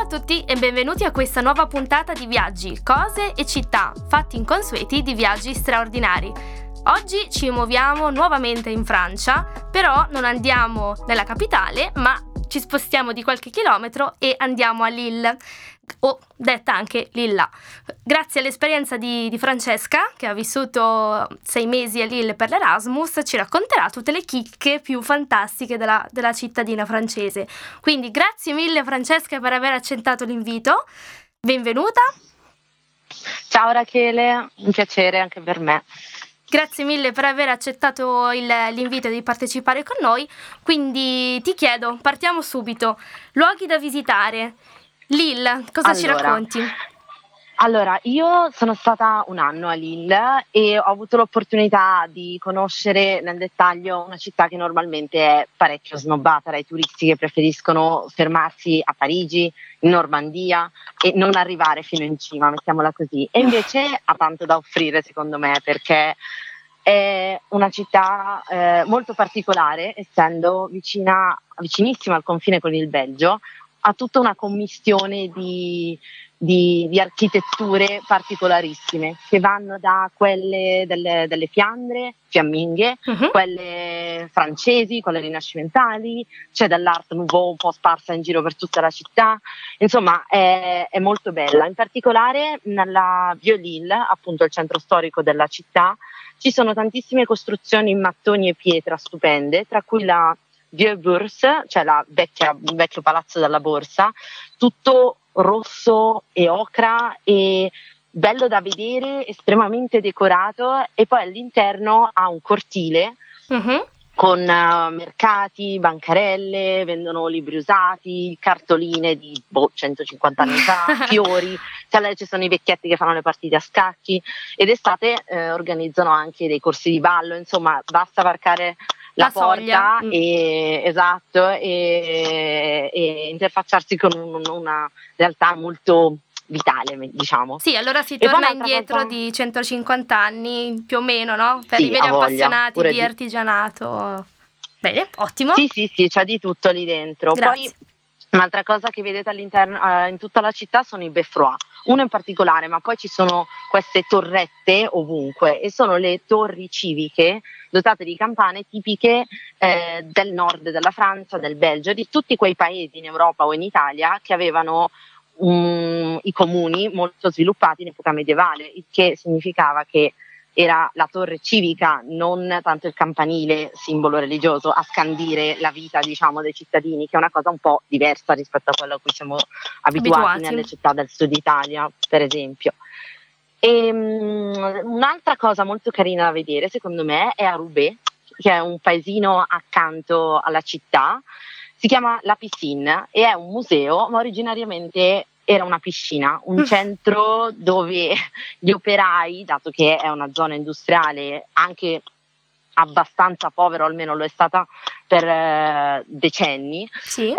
tutti e benvenuti a questa nuova puntata di Viaggi, cose e città, fatti inconsueti di viaggi straordinari. Oggi ci muoviamo nuovamente in Francia, però non andiamo nella capitale, ma ci spostiamo di qualche chilometro e andiamo a Lille, o detta anche Lilla. Grazie all'esperienza di Francesca, che ha vissuto 6 mesi a Lille per l'Erasmus, ci racconterà tutte le chicche più fantastiche della cittadina francese. Quindi grazie mille Francesca per aver accettato l'invito. Benvenuta. Ciao Rachele, un piacere anche per me. Grazie mille per aver accettato l'invito di partecipare con noi. Quindi ti chiedo, partiamo subito. Luoghi da visitare. Lille, cosa ci racconti? Allora, io sono stata un anno a Lille e ho avuto l'opportunità di conoscere nel dettaglio una città che normalmente è parecchio snobbata dai turisti che preferiscono fermarsi a Parigi, in Normandia e non arrivare fino in cima, mettiamola così. E invece ha tanto da offrire, secondo me, perché è una città molto particolare, essendo vicinissima al confine con il Belgio. Ha tutta una commistione di architetture particolarissime che vanno da quelle delle Fiandre, fiamminghe, quelle francesi, quelle rinascimentali, c'è dell'Art Nouveau un po' sparsa in giro per tutta la città, insomma è molto bella. In particolare nella Vieux Lille, appunto il centro storico della città, ci sono tantissime costruzioni in mattoni e pietra stupende, tra cui la Vieux Bourse, cioè il vecchio palazzo della borsa, tutto rosso e ocra e bello da vedere, estremamente decorato, e poi all'interno ha un cortile con mercati, bancarelle, vendono libri usati, cartoline di 150 anni fa, fiori, ci sono i vecchietti che fanno le partite a scacchi, ed estate organizzano anche dei corsi di ballo, insomma basta varcare la porta e interfacciarsi con una realtà molto vitale, diciamo. Sì, allora si torna indietro di 150 anni più o meno, no? Per i veri appassionati di artigianato. Bene, ottimo. Sì, c'è di tutto lì dentro. Grazie. Poi un'altra cosa che vedete all'interno, in tutta la città, sono i beffroi, uno in particolare, ma poi ci sono queste torrette ovunque, e sono le torri civiche dotate di campane tipiche del nord della Francia, del Belgio, di tutti quei paesi in Europa o in Italia che avevano i comuni molto sviluppati in epoca medievale, il che significava che era la torre civica, non tanto il campanile, simbolo religioso, a scandire la vita, diciamo, dei cittadini, che è una cosa un po' diversa rispetto a quello a cui siamo abituati nelle città del sud Italia, per esempio. E un'altra cosa molto carina da vedere, secondo me, è a Roubaix, che è un paesino accanto alla città. Si chiama La Piscine e è un museo, ma originariamente era una piscina, un centro dove gli operai, dato che è una zona industriale anche abbastanza povera, o almeno lo è stata per decenni, sì.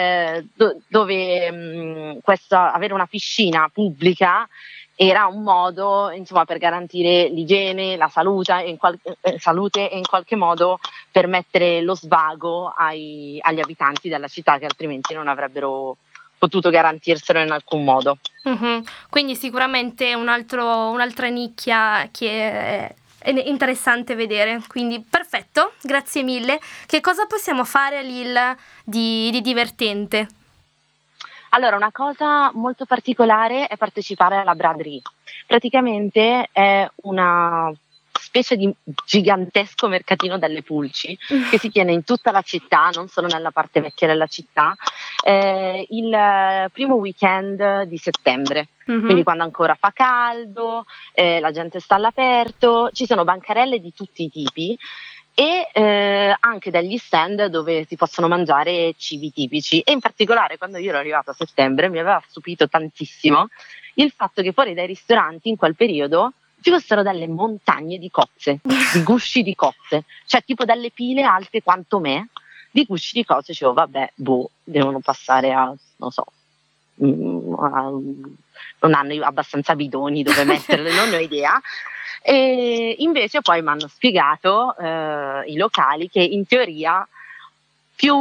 Dove avere una piscina pubblica era un modo, insomma, per garantire l'igiene, la salute e in qualche modo permettere lo svago agli abitanti della città, che altrimenti non avrebbero potuto garantirselo in alcun modo. Quindi sicuramente un'altra nicchia che è interessante vedere, quindi perfetto, grazie mille. Che cosa possiamo fare a Lille di divertente? Allora, una cosa molto particolare è partecipare alla braderie. Praticamente è una specie di gigantesco mercatino delle pulci che si tiene in tutta la città, non solo nella parte vecchia della città, il primo weekend di settembre, quindi quando ancora fa caldo, la gente sta all'aperto, ci sono bancarelle di tutti i tipi e anche degli stand dove si possono mangiare cibi tipici, e in particolare quando io ero arrivata a settembre mi aveva stupito tantissimo il fatto che fuori dai ristoranti in quel periodo ci fossero delle montagne di cozze, di gusci di cozze, cioè tipo delle pile alte quanto me di gusci di cozze. Dicevo vabbè, devono passare a, non so, non hanno abbastanza bidoni dove metterle, non ho idea. E invece poi mi hanno spiegato i locali che in teoria più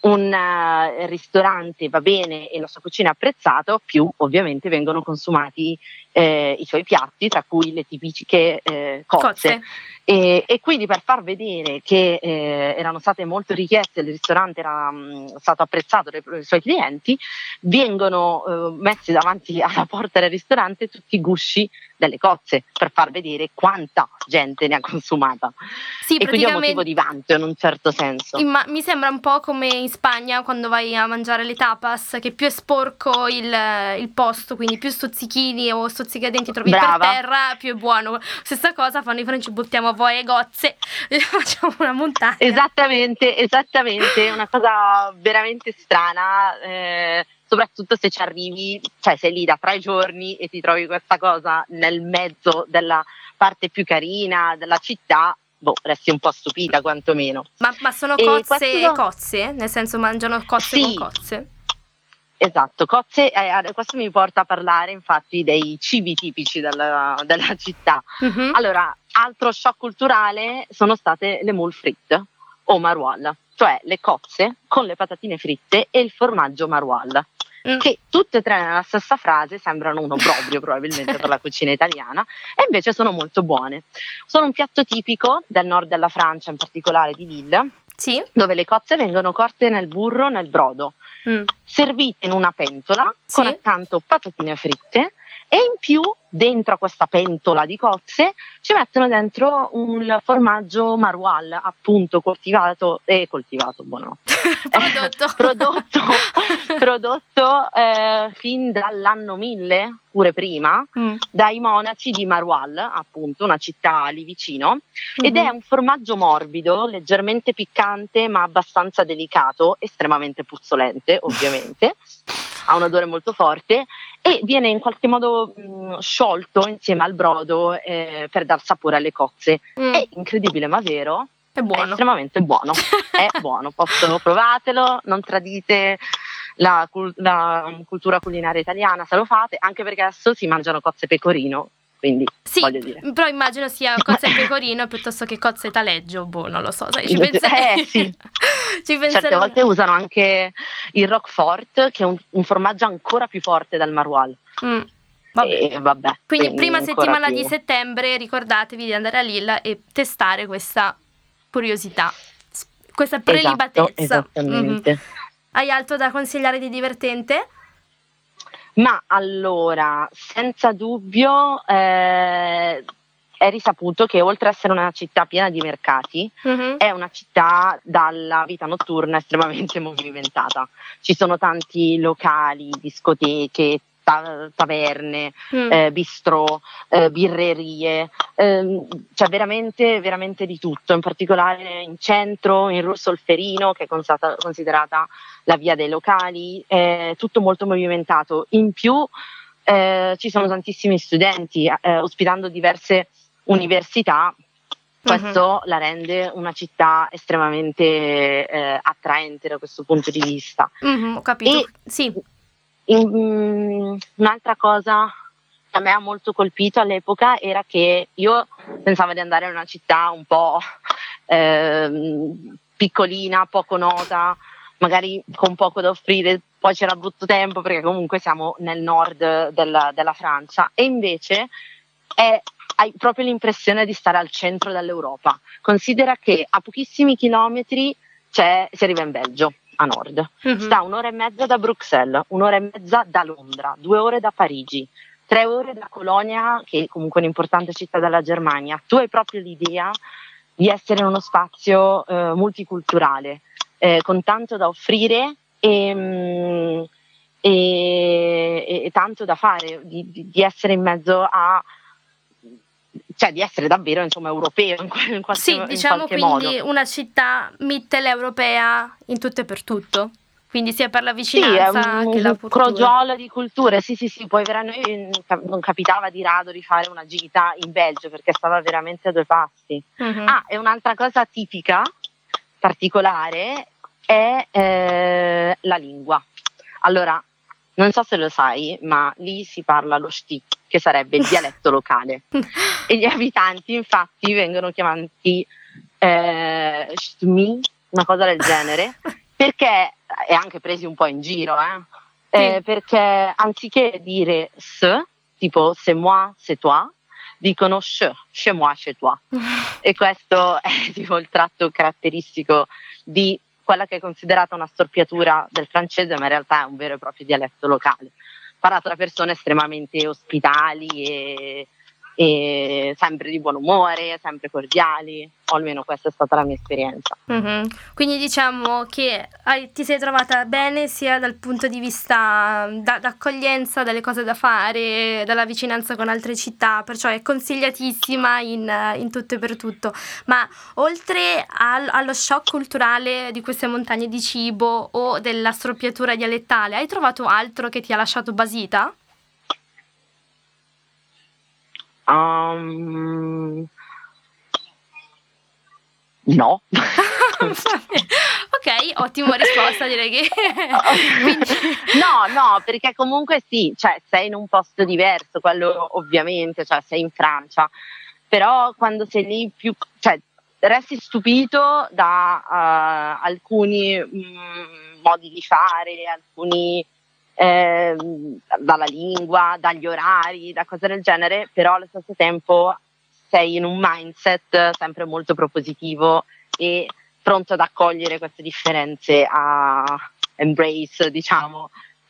un ristorante va bene e la sua cucina è apprezzato, più ovviamente vengono consumati i suoi piatti, tra cui le tipiche cozze. E quindi, per far vedere che erano state molto richieste, il ristorante era stato apprezzato dai suoi clienti, vengono messi davanti alla porta del ristorante tutti i gusci delle cozze, per far vedere quanta gente ne ha consumata. Sì, e quindi è un motivo di vanto in un certo senso. Mi sembra un po' come in Spagna quando vai a mangiare le tapas, che più è sporco il posto, quindi più stuzzichini o stuzzicadenti trovi Brava. per terra, più è buono. Stessa cosa fanno i francesi, buttiamo voi e gozze e facciamo una montagna. Esattamente, una cosa veramente strana, soprattutto se ci arrivi, cioè sei lì da 3 giorni e ti trovi questa cosa nel mezzo della parte più carina della città. Resti un po' stupita quantomeno. Ma sono cozze e cozze? Nel senso, mangiano cozze con cozze? Esatto, cozze, questo mi porta a parlare infatti dei cibi tipici della città. Mm-hmm. Allora, altro shock culturale sono state le moules frites o maroilles, cioè le cozze con le patatine fritte e il formaggio maroilles. Che tutte e tre nella stessa frase sembrano un obbrobrio probabilmente per la cucina italiana, e invece sono molto buone. Sono un piatto tipico del nord della Francia, in particolare di Lille, sì, dove le cozze vengono cotte nel burro, nel brodo, servite in una pentola con accanto patatine fritte, e in più dentro a questa pentola di cozze ci mettono dentro un formaggio maroilles, appunto coltivato, buonanotte. prodotto fin dall'anno 1000, pure prima, dai monaci di Maroilles, appunto una città lì vicino, ed è un formaggio morbido, leggermente piccante ma abbastanza delicato, estremamente puzzolente ovviamente, ha un odore molto forte e viene in qualche modo sciolto insieme al brodo per dar sapore alle cozze. È incredibile ma vero. È buono. È estremamente buono. È buono, provatelo, non tradite la cultura culinaria italiana se lo fate, anche perché adesso si mangiano cozze pecorino, quindi sì, voglio dire. Però immagino sia cozze e pecorino piuttosto che cozze e taleggio, non lo so, sai, ci sì. Certe volte usano anche il Roquefort, che è un formaggio ancora più forte del Maroilles. Vabbè. Quindi prima settimana di settembre ricordatevi di andare a Lille e testare questa curiosità, questa prelibatezza. Esattamente. Hai altro da consigliare di divertente? Ma allora, senza dubbio è risaputo che oltre ad essere una città piena di mercati, è una città dalla vita notturna estremamente movimentata. Ci sono tanti locali, discoteche, taverne, bistrò, birrerie, c'è veramente, veramente di tutto, in particolare in centro, in Rue Solferino, che è considerata la via dei locali, è tutto molto movimentato. In più ci sono tantissimi studenti, ospitando diverse università. Questo la rende una città estremamente attraente da questo punto di vista. Ho capito. Sì. Un'altra cosa che a me ha molto colpito all'epoca era che io pensavo di andare in una città un po' piccolina, poco nota, magari con poco da offrire, poi c'era brutto tempo perché comunque siamo nel nord della Francia, e invece hai proprio l'impressione di stare al centro dell'Europa. Considera che a pochissimi chilometri si arriva in Belgio, a nord. Sta 1 ora e mezza da Bruxelles, 1 ora e mezza da Londra, 2 ore da Parigi, 3 ore da Colonia, che è comunque un'importante città della Germania. Tu hai proprio l'idea di essere in uno spazio multiculturale, con tanto da offrire e tanto da fare, di essere in mezzo a, cioè di essere davvero europeo in qualche modo. Quindi una città mitteleuropea in tutto e per tutto, quindi sia per la vicinanza che la cultura. Un crogiolo di culture, sì, poi noi non capitava di rado di fare una gita in Belgio perché stava veramente a 2 passi. E un'altra cosa tipica, particolare, è la lingua. Allora, non so se lo sai, ma lì si parla lo shti, che sarebbe il dialetto locale, e gli abitanti infatti vengono chiamati shtmi, una cosa del genere, perché e anche presi un po' in giro, perché anziché dire tipo c'est moi, c'est toi, dicono chez moi, chez toi. E questo è tipo il tratto caratteristico di quella che è considerata una storpiatura del francese, ma in realtà è un vero e proprio dialetto locale, parlato da persone estremamente ospitali e sempre di buon umore, sempre cordiali, o almeno questa è stata la mia esperienza. Quindi diciamo che ti sei trovata bene sia dal punto di vista d'accoglienza, delle cose da fare, dalla vicinanza con altre città, perciò è consigliatissima in tutto e per tutto. Ma oltre allo shock culturale di queste montagne di cibo o della storpiatura dialettale, hai trovato altro che ti ha lasciato basita? No. Ok, ottima risposta, direi che No, perché comunque sì, cioè sei in un posto diverso, quello ovviamente, cioè sei in Francia, però quando sei lì cioè resti stupito da alcuni modi di fare, alcuni dalla lingua, dagli orari, da cose del genere, però allo stesso tempo sei in un mindset sempre molto propositivo e pronto ad accogliere queste differenze, a embrace, diciamo,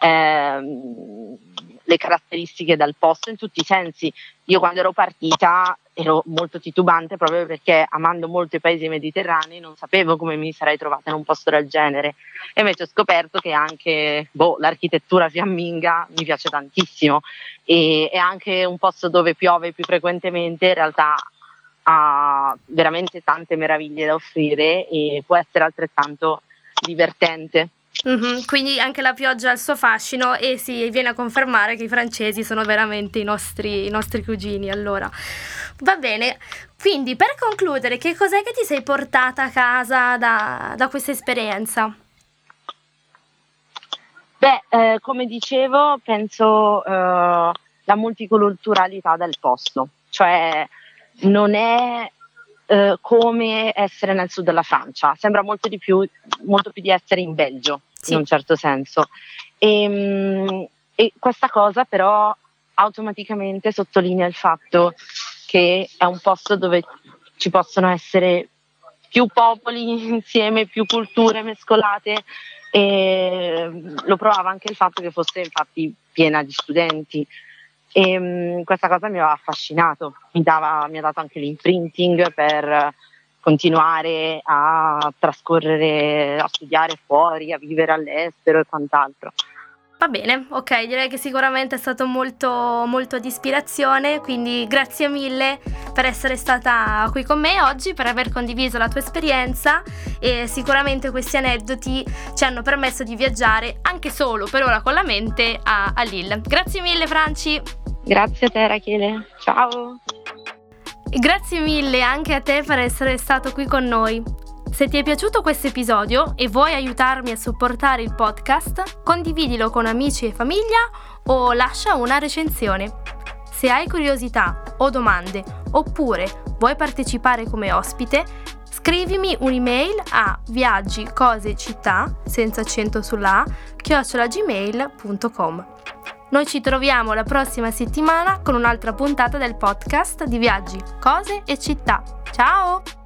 le caratteristiche del posto in tutti i sensi. Io quando ero partita ero molto titubante proprio perché, amando molto i paesi mediterranei, non sapevo come mi sarei trovata in un posto del genere, e invece ho scoperto che anche l'architettura fiamminga mi piace tantissimo, e è anche un posto dove piove più frequentemente, in realtà ha veramente tante meraviglie da offrire e può essere altrettanto divertente. Quindi anche la pioggia ha il suo fascino, e si viene a confermare che i francesi sono veramente i nostri cugini. Allora, va bene, quindi per concludere, che cos'è che ti sei portata a casa da questa esperienza? Come dicevo, penso la multiculturalità del posto, cioè non è come essere nel sud della Francia, sembra molto più di essere in Belgio, sì, in un certo senso, e questa cosa però automaticamente sottolinea il fatto che è un posto dove ci possono essere più popoli insieme, più culture mescolate, e lo provava anche il fatto che fosse infatti piena di studenti. E questa cosa mi aveva affascinato, mi ha dato anche l'imprinting per continuare a trascorrere, a studiare fuori, a vivere all'estero e quant'altro. Va bene, ok, direi che sicuramente è stato molto, molto di ispirazione, quindi grazie mille per essere stata qui con me oggi, per aver condiviso la tua esperienza, e sicuramente questi aneddoti ci hanno permesso di viaggiare anche solo per ora con la mente a Lille. Grazie mille, Franci. Grazie a te, Rachele. Ciao. E grazie mille anche a te per essere stato qui con noi. Se ti è piaciuto questo episodio e vuoi aiutarmi a supportare il podcast, condividilo con amici e famiglia o lascia una recensione. Se hai curiosità o domande, oppure vuoi partecipare come ospite, scrivimi un'email a viaggicosecittà, senza accento sulla A, @gmail.com. Noi ci troviamo la prossima settimana con un'altra puntata del podcast di Viaggi, Cose e Città. Ciao!